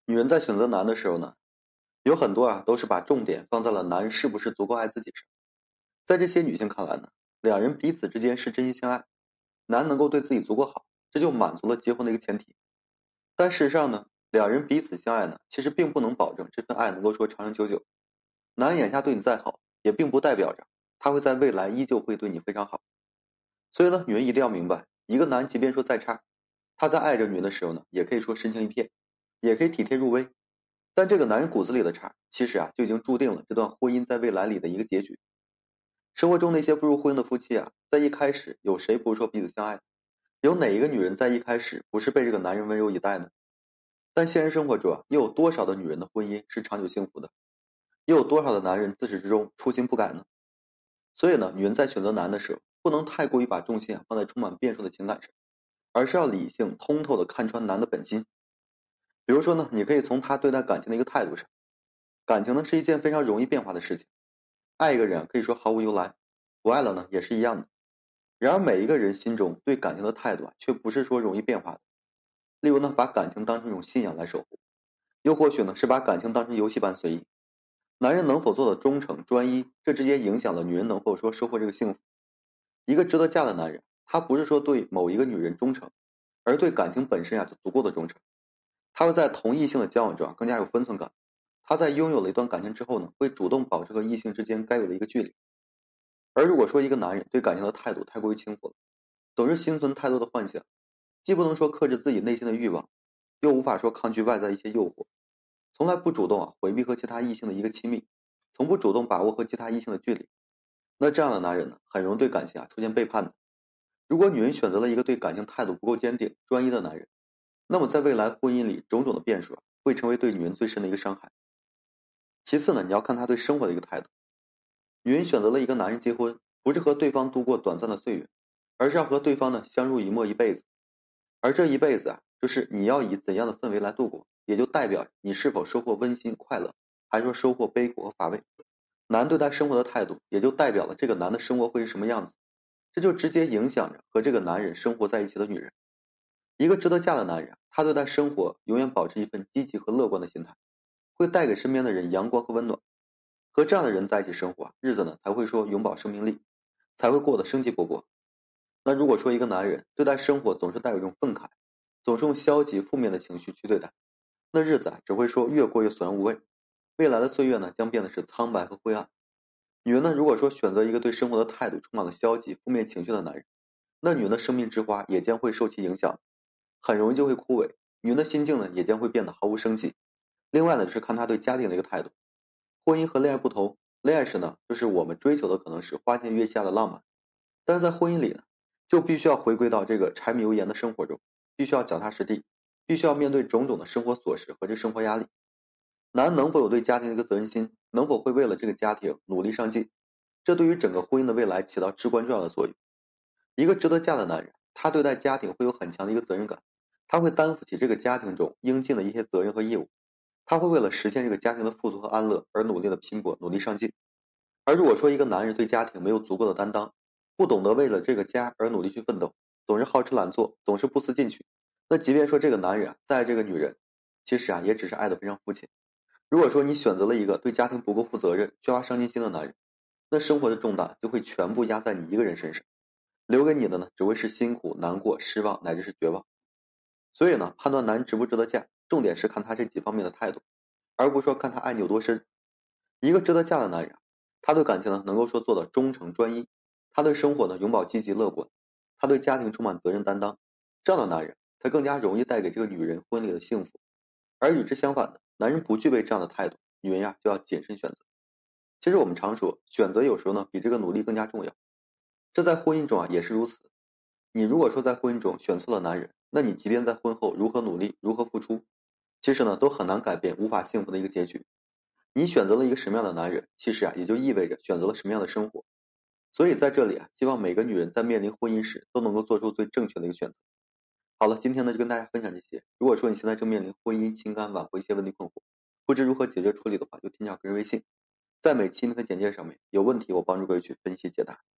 女人在选择男的时候呢，有很多都是把重点放在了男人是不是足够爱自己上。在这些女性看来呢，两人彼此之间是真心相爱，男能够对自己足够好，这就满足了结婚的一个前提。但事实上呢，两人彼此相爱呢，其实并不能保证这份爱能够说长长久久。男人眼下对你再好，也并不代表着他会在未来依旧会对你非常好。所以呢，女人一定要明白，一个男即便说再差，他在爱着女人的时候呢，也可以说深情一片，也可以体贴入微。但这个男人骨子里的差，其实就已经注定了这段婚姻在未来里的一个结局。生活中那些步入婚姻的夫妻在一开始有谁不是说彼此相爱？有哪一个女人在一开始不是被这个男人温柔以待呢？但现实生活中又有多少的女人的婚姻是长久幸福的？又有多少的男人自始至终初心不改呢？所以呢，女人在选择男的时候，不能太过于把重心放在充满变数的情感上，而是要理性通透的看穿男的本心。比如说呢，你可以从他对待感情的一个态度上，感情呢是一件非常容易变化的事情。爱一个人可以说毫无由来，不爱了呢也是一样的。然而每一个人心中对感情的态度却不是说容易变化的。例如呢，把感情当成一种信仰来守护，又或许呢是把感情当成游戏般随意。男人能否做到忠诚专一，这直接影响了女人能否说收获这个幸福。一个值得嫁的男人，他不是说对某一个女人忠诚，而对感情本身就足够的忠诚。他会在同异性的交往中更加有分寸感。他在拥有了一段感情之后呢，会主动保持和异性之间该有的一个距离。而如果说一个男人对感情的态度太过于轻浮了，总是心存太多的幻想，既不能说克制自己内心的欲望，又无法说抗拒外在一些诱惑，从来不主动回避和其他异性的一个亲密，从不主动把握和其他异性的距离，那这样的男人呢，很容易对感情出现背叛的。如果女人选择了一个对感情态度不够坚定、专一的男人，那么在未来婚姻里种种的变数会成为对女人最深的一个伤害。其次呢，你要看他对生活的一个态度。女人选择了一个男人结婚，不是和对方度过短暂的岁月，而是要和对方呢相濡以沫一辈子。而这一辈子就是你要以怎样的氛围来度过，也就代表你是否收获温馨快乐，还是说收获悲苦和乏味。男对待生活的态度，也就代表了这个男的生活会是什么样子，这就直接影响着和这个男人生活在一起的女人。一个值得嫁的男人，他对待生活永远保持一份积极和乐观的心态，会带给身边的人阳光和温暖。和这样的人在一起生活日子呢才会说永葆生命力，才会过得生机勃勃。那如果说一个男人对待生活总是带有一种愤慨，总是用消极负面的情绪去对待，那日子只会说越过越索然无味，未来的岁月呢将变得是苍白和灰暗。女人呢如果说选择一个对生活的态度充满了消极负面情绪的男人，那女人的生命之花也将会受其影响，很容易就会枯萎，女人的心境呢也将会变得毫无生气。另外呢就是看她对家庭的一个态度。婚姻和恋爱不同，恋爱时呢就是我们追求的可能是花前月下的浪漫，但是在婚姻里呢就必须要回归到这个柴米油盐的生活中，必须要脚踏实地，必须要面对种种的生活琐事和这生活压力。男人能否有对家庭的一个责任心，能否会为了这个家庭努力上进，这对于整个婚姻的未来起到至关重要的作用。一个值得嫁的男人，他对待家庭会有很强的一个责任感，他会担负起这个家庭中应尽的一些责任和义务，他会为了实现这个家庭的富足和安乐而努力的拼搏，努力上进。而如果说一个男人对家庭没有足够的担当，不懂得为了这个家而努力去奋斗，总是好吃懒做，总是不思进取，那即便说这个男人再爱这个女人，其实也只是爱得非常肤浅。如果说你选择了一个对家庭不够负责任、缺乏上进心的男人，那生活的重担就会全部压在你一个人身上，留给你的呢，只会是辛苦、难过、失望，乃至是绝望。所以呢，判断男人值不值得嫁，重点是看他这几方面的态度，而不是说看他爱你有多深。一个值得嫁的男人，他对感情呢能够说做到忠诚专一，他对生活呢永葆积极乐观，他对家庭充满责任担当。这样的男人，他更加容易带给这个女人婚礼的幸福。而与之相反的，男人不具备这样的态度，女人就要谨慎选择。其实我们常说，选择有时候呢比这个努力更加重要，这在婚姻中也是如此。你如果说在婚姻中选错了男人，那你即便在婚后如何努力，如何付出，其实呢都很难改变无法幸福的一个结局。你选择了一个什么样的男人，其实也就意味着选择了什么样的生活。所以在这里希望每个女人在面临婚姻时都能够做出最正确的一个选择。好了，今天呢就跟大家分享这些。如果说你现在正面临婚姻、情感挽回一些问题困惑，不知如何解决处理的话，就添加个人微信，在每期那个简介上面有问题我帮助各位去分析解答。